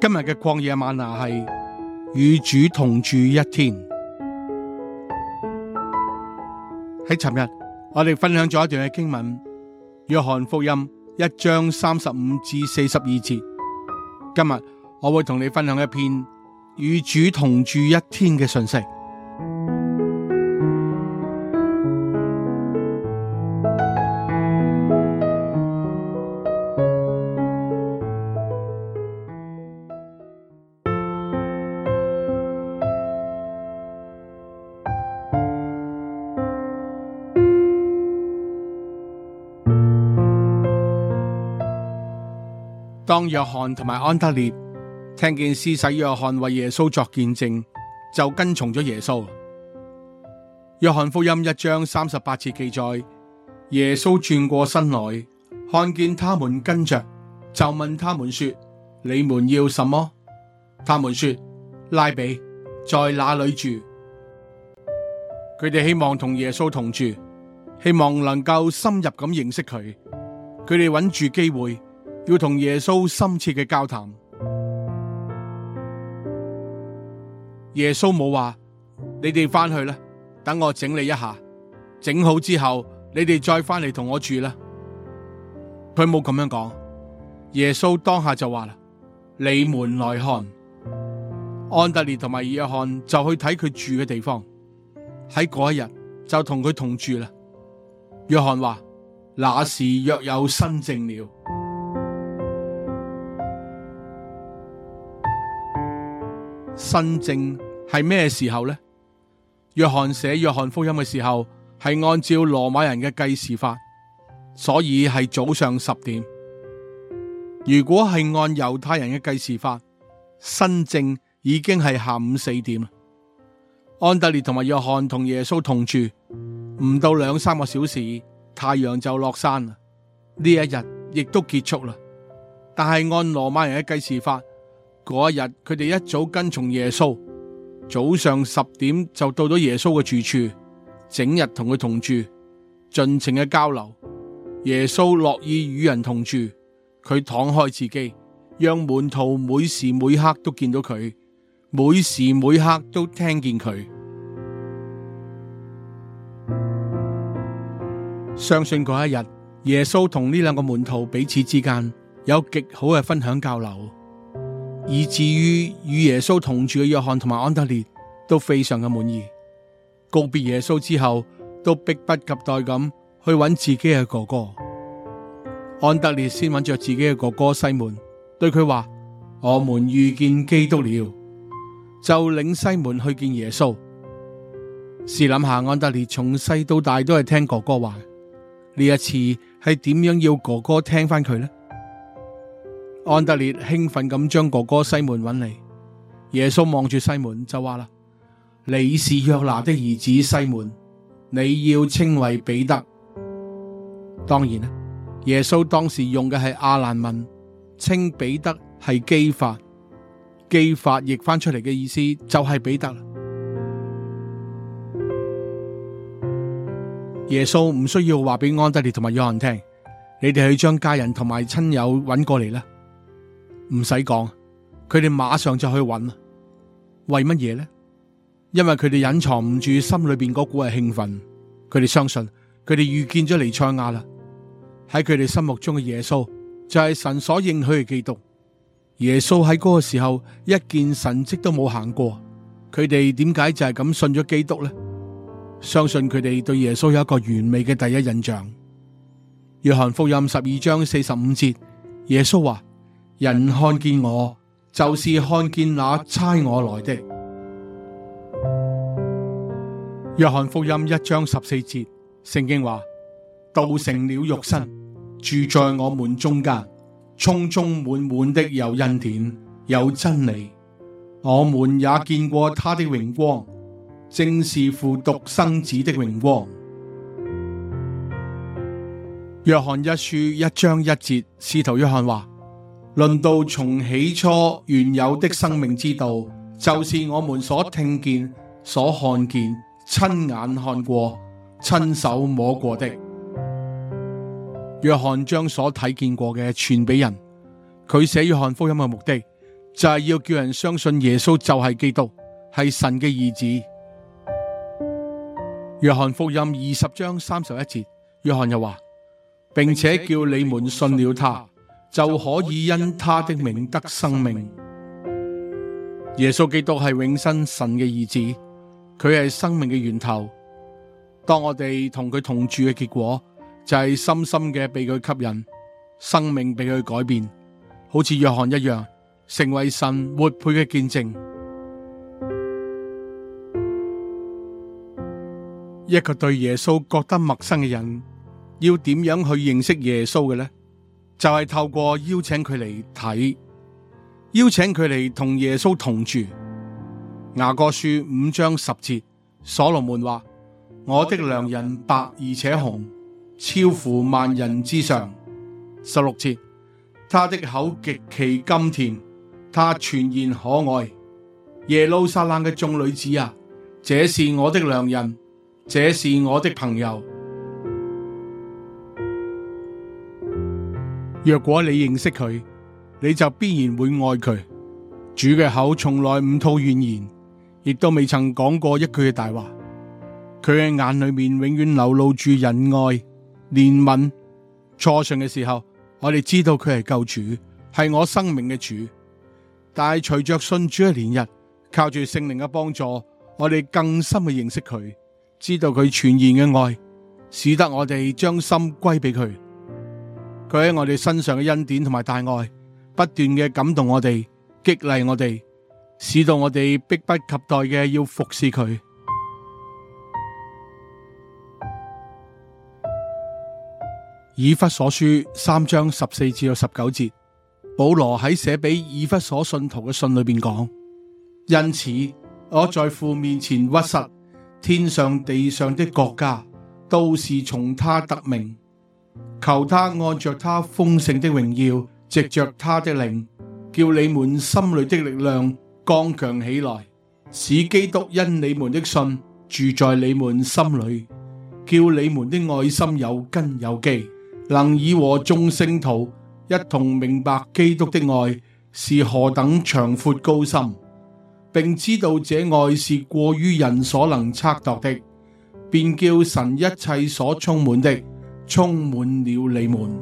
今日嘅曠野嗎哪係與主同住一天。喺尋日，我哋分享咗一段嘅經文，約翰福音1章35至42節。今日我會同你分享一篇與主同住一天嘅信息。當約翰同埋安德烈聽見施洗約翰為耶穌作見證，就跟從咗耶穌。約翰福音1章38節記載，耶穌轉過身來，看見他們跟着，就問他們說：你們要什麼？他們說：拉比，在哪裏住？佢哋希望同耶穌同住，希望能夠深入咁認識佢。佢哋揾住機會要同耶穌深切嘅交談。耶穌冇話你哋翻去啦，等我整理一下，整好之後你哋再翻嚟同我住啦。佢冇咁樣講。耶穌當下就話啦：你們來看。安德烈同埋約翰就去睇佢住嘅地方，喺嗰一日就同佢同住啦。約翰話：那時約有申正了。申正係咩時候呢？約翰寫約翰福音嘅時候係按照羅馬人嘅計時法，所以係早上10點。如果係按猶太人嘅計時法，申正已經係下午4點啦。安德烈同埋約翰同耶穌同住，唔到2-3個小時，太陽就落山啦。呢一日亦都結束啦。但係按羅馬人嘅計時法，嗰一日佢哋一早跟從耶穌，早上10點就到咗耶穌嘅住處，整日同佢同住，盡情嘅交流。耶穌樂意與人同住，佢敞開自己，讓門徒每時每刻都見到佢，每時每刻都聽見佢。相信嗰一日，耶穌同呢兩個門徒彼此之間有極好嘅分享交流，以至於與耶穌同住嘅約翰同埋安德烈都非常嘅滿意。告別耶穌之後，都迫不及待咁去揾自己嘅哥哥。安德烈先揾着自己嘅哥哥西門，對佢話：我們遇見基督了，就領西門去見耶穌。試諗下，安德烈從細到大都係聽哥哥話，呢一次係點樣要哥哥聽翻佢呢？安德烈興奮咁將哥哥西門揾嚟，耶穌望住西門就話啦：你是約拿的兒子西門，你要稱為彼得。當然啦，耶穌當時用嘅係亞蘭文，稱彼得係基法，基法譯翻出嚟嘅意思就係彼得。耶穌唔需要話俾安德烈同埋約翰聽，你哋去將家人同埋親友揾過嚟啦。唔使講，佢哋馬上就去揾。為乜嘢呢？因為佢哋隱藏唔住心裏邊嗰股係興奮，佢哋相信佢哋遇見咗彌賽亞啦。喺佢哋心目中嘅耶穌就係神所應許嘅基督。耶穌喺嗰個時候一件神蹟都冇行過，佢哋點解就係咁信咗基督呢？相信佢哋對耶穌有一個完美嘅第一印象。約翰福音12章45節，耶穌話：人看見我，就是看見那差我來的。約翰福音1章14節，聖經話：道成了肉身，住在我們中間，充充滿滿的有恩典，有真理。我們也見過他的榮光，正是父獨生子的榮光。約翰一書1章1節，使徒約翰話：論到從起初原有的生命之道，就是我們所聽見、所看見、親眼看過、親手摸過的。約翰將所睇見過嘅傳俾人，佢寫約翰福音嘅目的就係要叫人相信耶穌就係基督，係神嘅兒子。約翰福音20章31節，約翰又話，並且叫你們信了他，就可以因他的名得生命。耶穌基督係永生神嘅兒子，佢係生命嘅源頭。當我哋同佢同住嘅結果，就係深深嘅被佢吸引，生命被佢改變，好似約翰一樣，成為神活潑嘅見證。一個對耶穌覺得陌生嘅人，要點樣去認識耶穌嘅呢？就係透過邀請佢嚟睇，邀請佢嚟同耶穌同住。雅歌書5章10節，所羅門話：我的良人白而且紅，超乎萬人之上。16節，他的口極其甘甜，他全然可愛。耶路撒冷嘅眾女子啊，這是我的良人，這是我的朋友。若果你認識佢，你就必然會愛佢。主嘅口從來唔吐怨言，亦都未曾講過一句嘅大話。佢嘅眼裏面永遠流露住仁愛、憐憫。初信嘅時候，我哋知道佢係救主，係我生命嘅主。但係隨着信主嘅年日，靠住聖靈嘅幫助，我哋更深嘅認識佢，知道佢全然嘅愛，使得我哋將心歸俾佢。佢喺我哋身上嘅恩典同埋大愛，不斷嘅感動我哋，激勵我哋，使到我哋迫不及待嘅要服侍佢。以弗所書3章14至19節，保羅喺寫俾以弗所信徒嘅信裏邊講：因此我在父面前屈膝，天上地上的國家都是從他得名。求他按着他豐盛的榮耀，藉着他的靈，叫你們心裏的力量剛強起來，使基督因你們的信住在你們心裏，叫你們的愛心有根有基，能以和眾聖徒一同明白基督的愛是何等長闊高深，並知道這愛是過於人所能測度的，便叫神一切所充滿的充滿了你們。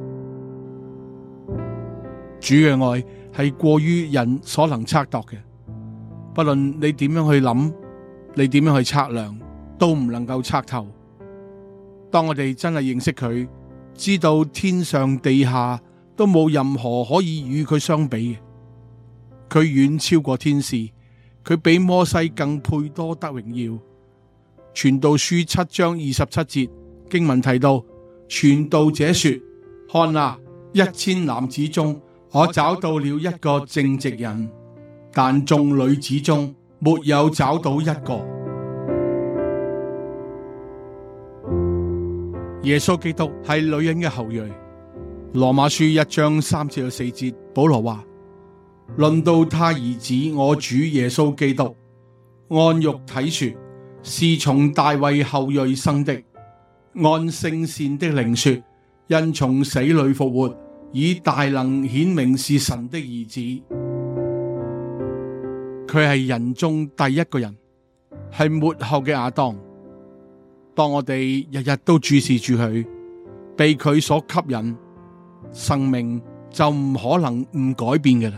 主嘅愛係過於人所能測度嘅，不論你點樣去諗，你點樣去測量，都唔能夠測透。當我哋真係認識佢，知道天上地下都冇任何可以與佢相比嘅，佢遠超過天使，佢比摩西更配多得榮耀。傳道書7章27節經文提到，傳道者說：看啊，1000男子中，我找到了一個正直人，但眾女子中沒有找到一個。耶穌基督係女人嘅後裔。羅馬書1章3至4節，保羅話：論到他兒子我主耶穌基督，按肉體說，是從大衛後裔生的；按聖善的靈說，因從死裏復活，以大能顯明是神的兒子。佢係人中第一個人，係末後嘅亞當。當我哋日日都注視住佢，被佢所吸引，生命就唔可能唔改變嘅啦。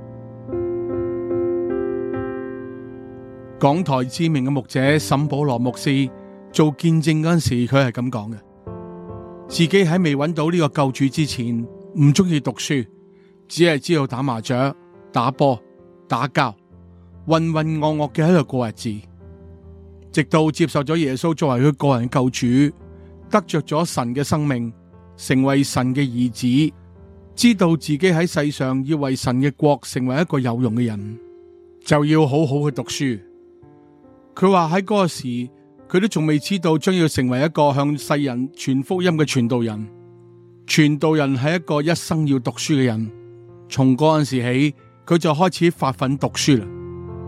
港台知名嘅牧者沈保羅牧師做見證嗰陣時，佢係咁講嘅：自己喺未揾到呢個救主之前，唔中意讀書，只係知道打麻雀、打波、打交，渾渾噩噩嘅喺度過日子。直到接受咗耶穌作為佢個人救主，得着咗神嘅生命，成為神嘅兒子，知道自己喺世上要為神嘅國成為一個有用嘅人，就要好好去讀書。佢話喺嗰個時，佢都仲未知道將要成為一個向世人傳福音嘅傳道人。傳道人係一個一生要讀書嘅人，從嗰陣時起，佢就開始發奮讀書啦。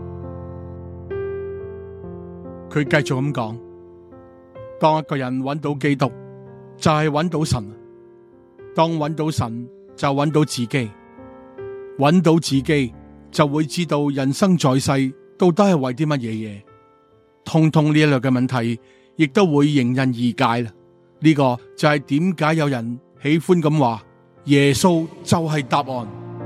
佢繼續咁講：當一個人揾到基督，就係揾到神；當揾到神，就揾到自己；揾到自己， 就會知道人生在世到底係為啲乜嘢嘢。通通呢一類嘅問題，亦都會迎刃而解啦。呢個就係點解有人喜歡咁話耶穌就係答案。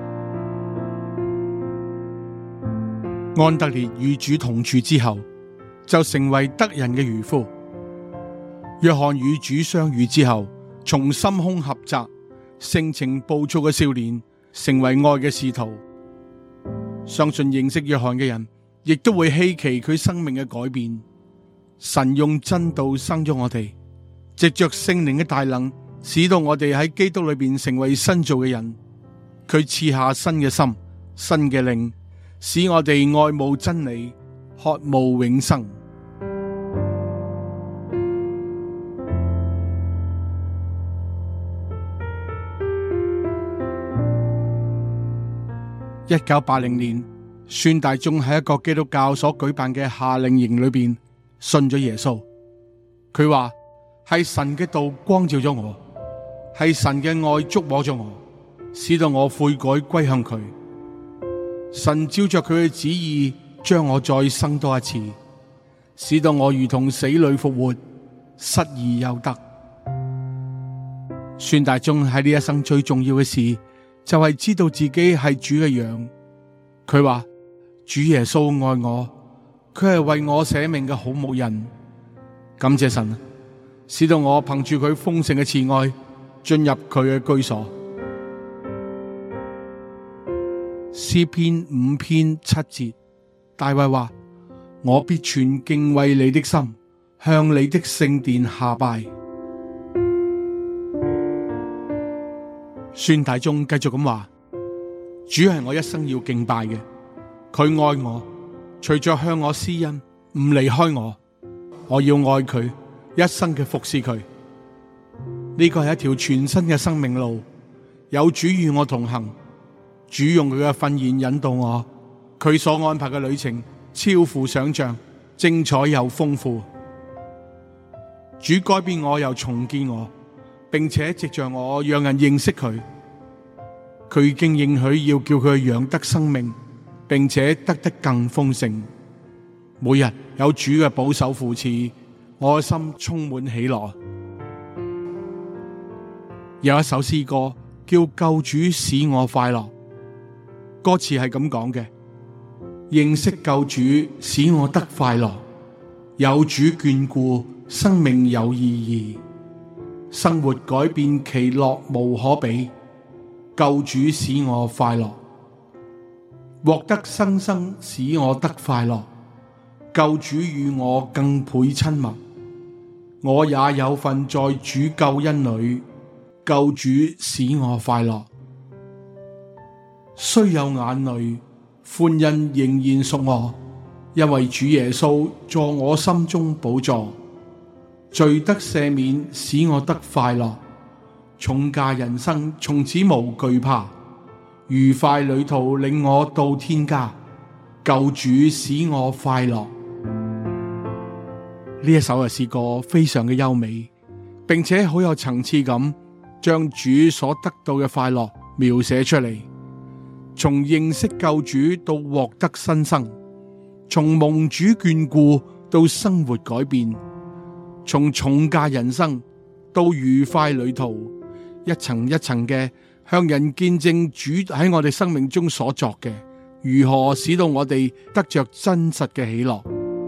安德烈與主同住之後，就成為得人嘅漁夫。約翰與主相遇之後，從心胸狹窄、性情暴躁嘅少年，成為愛嘅使徒。相信認識約翰嘅人，亦都會希奇佢生命嘅改變。神用真道生咗我哋，藉着聖靈嘅大能，使到我哋喺基督裏邊成為新造嘅人。佢賜下新嘅心、新嘅靈，使我哋愛慕真理，渴慕永生。1980年，孫大中喺一個基督教所舉辦嘅夏令營裏邊信咗耶穌。佢話係神嘅道光照咗我，係神嘅愛觸摸咗我，使到我悔改歸向佢。神照着佢嘅旨意，將我再生多一次，使到我如同死裏復活，失而又得。孫大中喺呢一生最重要嘅事，就係知道自己係主嘅羊。佢話主耶穌愛我，佢係為我捨命嘅好牧人。感謝神，使到我憑住佢豐盛嘅慈愛，進入佢嘅居所。詩篇5篇7節，大衛話：我必存敬畏你的心，向你的聖殿下拜。孫大中繼續咁話：主係我一生要敬拜嘅，佢愛我，隨着向我施恩，唔離開我，我要愛佢，一生嘅服侍佢。呢個係一條全新嘅生命路，有主與我同行，主用佢嘅訓言引導我，佢所安排嘅旅程超乎想象，精彩又豐富。主改變我又重建我，並且藉着我讓人認識佢。佢已經應許要叫佢養得生命，並且得更豐盛。每日有主嘅保守扶持，我嘅心充滿喜樂。有一首詩歌叫《救主使我快樂》，歌詞係咁講嘅：認識救主使我得快樂，有主眷顧，生命有意義，生活改變其樂無可比。救主使我快樂，獲得生生使我得快樂。救主與我更倍親密，我也有份在主救恩裏。救主使我快樂，雖有眼淚，歡欣仍然屬我，因為主耶穌坐我心中寶座，罪得赦免使我得快樂。重價人生從此無懼怕，愉快旅途領我到天家。救主使我快樂。呢一首嘅詩歌非常嘅優美，並且好有層次感，將主所得到嘅快樂描寫出嚟。從認識救主到獲得新生，從蒙主眷顧到生活改變，從重價人生到愉快旅途，一層一層嘅向人見證主喺我哋生命中所作嘅，如何使到我哋得着真實嘅喜樂。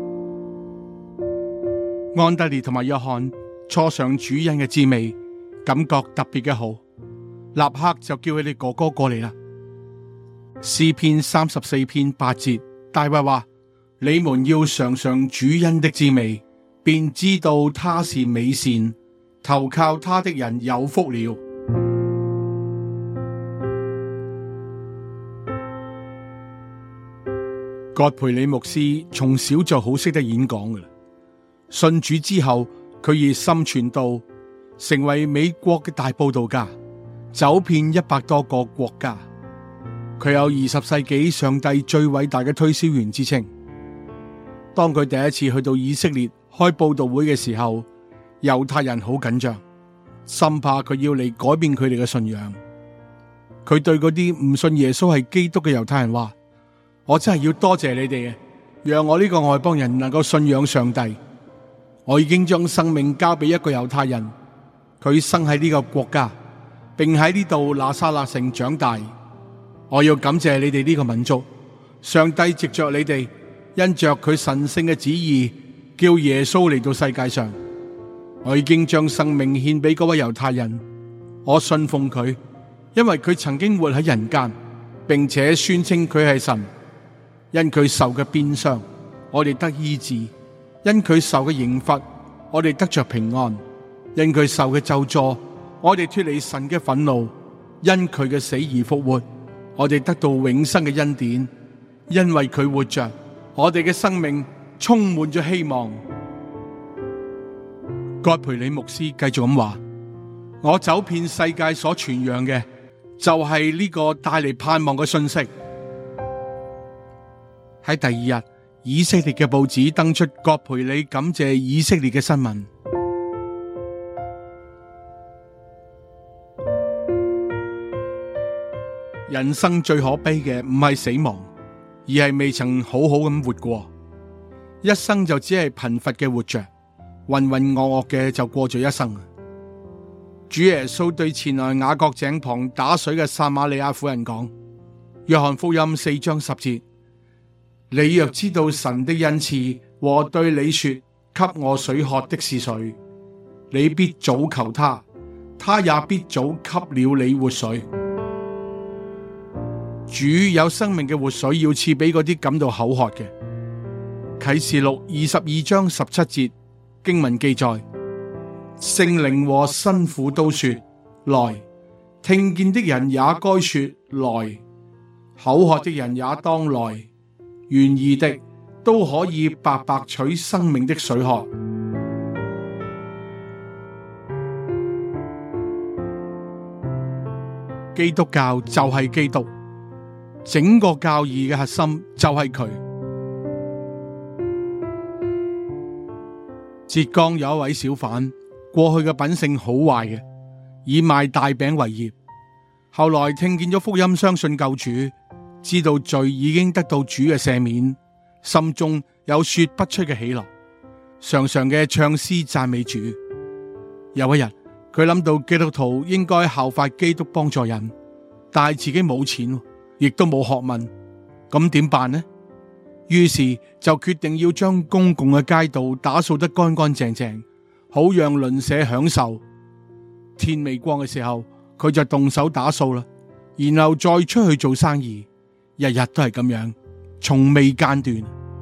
安德烈同埋約翰初嘗主恩嘅滋味，感覺特別嘅好，立刻就叫佢哋哥哥過嚟啦。詩篇34篇8節，大衛話：你們要嘗嘗主恩的滋味，便知道他是美善，投靠他的人有福了。葛培理牧師從小就好識得演講㗎喇，信主之後佢熱心傳道，成為美國嘅大佈道家，走遍100多個國家。佢有20世紀上帝最偉大嘅推銷員之稱。當佢第一次去到以色列開佈道會嘅時候，猶太人好緊張，深怕佢要嚟改變佢哋嘅信仰。佢對嗰啲唔信耶穌係基督嘅猶太人話： 我真係要多謝你哋，讓我呢個外邦人能夠信仰上帝。我已經將生命交俾一個猶太人，佢生喺呢個國家，並喺呢度拿撒勒城長大。我要感謝你哋呢個民族，上帝藉着你哋，因着佢神聖嘅旨意，叫耶穌嚟到世界上。我已經將生命獻俾嗰位猶太人，我信奉佢，因為佢曾經活喺人間，並且宣稱佢係神。因佢受嘅鞭傷，我哋得醫治；因佢受嘅刑罰，我哋得着平安；因佢受嘅咒詛，我哋脫離神嘅憤怒；因佢嘅死而復活，我哋得到永生嘅恩典。因為佢活着，我哋嘅生命充滿咗希望。葛培理牧師繼續咁話：我走遍世界所傳揚嘅，就係呢個帶嚟盼望嘅信息。喺第二日，以色列嘅報紙登出葛培理感謝以色列嘅新聞。人生最可悲嘅唔係死亡，而係未曾好好咁活過，一生就只係貧乏嘅活着，渾渾噩噩嘅就過咗一生。主耶穌對前來雅各井旁打水嘅撒瑪利亞婦人講：約翰福音4章10節。你若知道神的恩賜和對你說給我水喝的是誰，你必早求他，他也必早給了你活水。主有生命嘅活水要賜俾嗰啲感到口渴嘅。啟示錄22章17節經文記載，聖靈和新婦都說來，聽見的人也該說來，口渴的人也當來，願意的都可以白白取生命的水喝。基督教就係基督，整個教義嘅核心就係佢。浙江有一位小販，過去嘅品性好壞嘅，以賣大餅為業。後來聽見咗福音，相信救主，知道罪已經得到主嘅赦免，心中有說不出嘅喜樂，常常嘅唱詩讚美主。有一日，佢諗到基督徒應該效法基督幫助人，但係自己冇錢，亦都冇學問，咁點辦呢？於是就決定要將公共嘅街道打掃得乾乾淨淨，好讓鄰舍享受。天未光嘅時候，佢就動手打掃啦，然後再出去做生意。日日都係咁樣，從未間斷。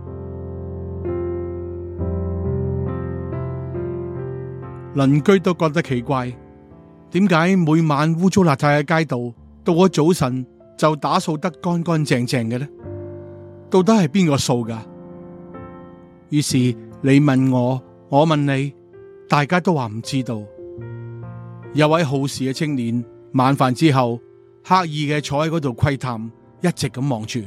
鄰居都覺得奇怪，點解每晚污糟邋遢嘅街道，到咗早晨就打掃得乾乾淨淨嘅呢？到底係邊個掃㗎？於是你問我，我問你，大家都話唔知道。有位好事嘅青年，晚飯之後刻意嘅坐喺嗰度窺探，一直咁望住。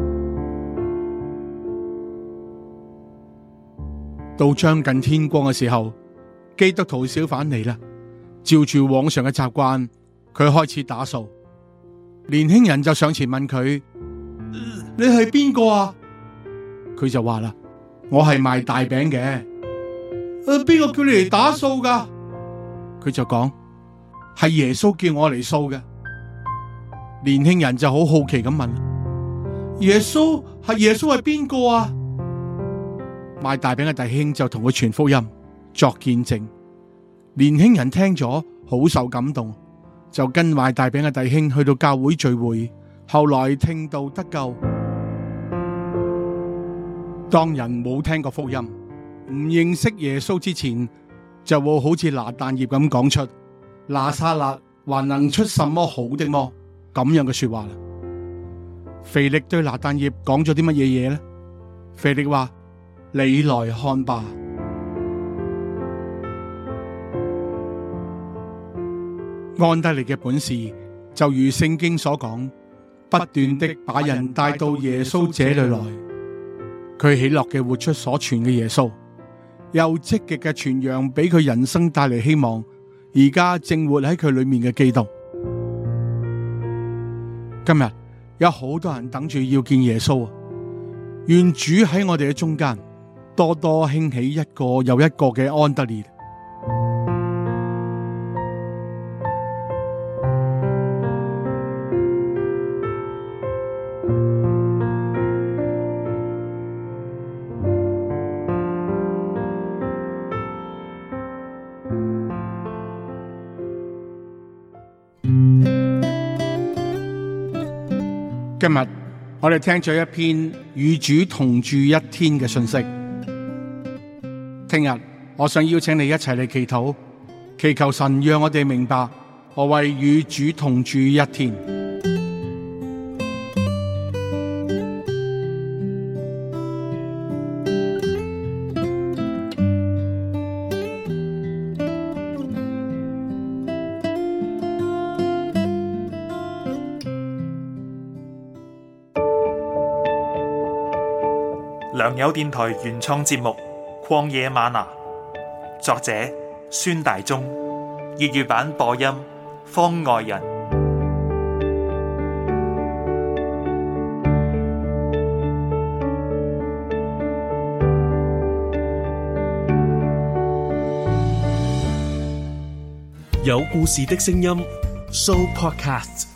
到將近天光嘅時候，基督徒小販嚟啦，照住往常嘅習慣，佢開始打掃。年輕人就上前問佢：你係邊個啊？佢就話啦：我係賣大餅嘅。邊個叫你嚟打掃噶？佢就講：係耶穌叫我嚟掃嘅。年輕人就好好奇咁問：耶穌係邊個啊？賣大餅嘅弟兄就同佢傳福音作見證。年輕人聽咗好受感動，就跟賣大餅嘅弟兄去到教會聚會，後來聽道得救。當人冇聽過福音，唔認識耶穌之前，就會好似拿但業咁講出拿撒勒還能出什麼好的麼咁樣嘅說話啦。腓力對拿但業講咗啲乜嘢嘢呢？腓力話：你來看吧。安德烈嘅本事就如聖經所講，不斷的把人帶到耶穌這裏來。佢喜樂嘅活出所傳嘅耶穌，又積極嘅傳揚俾佢人生帶嚟希望，而家正活喺佢裏面嘅基督。今日有好多人等住要見耶穌， 願主喺我哋嘅中間多多興起一個又一個嘅安德烈。今日我哋聽咗一篇與主同住一天嘅信息。聽日我想邀請你一齊嚟祈禱，祈求神讓我哋明白何謂與主同住一天。 良友電台原創節目《曠野嗎哪》，作者孫大中，粵語版播音方外人， 有故事的聲音 Show Podcast。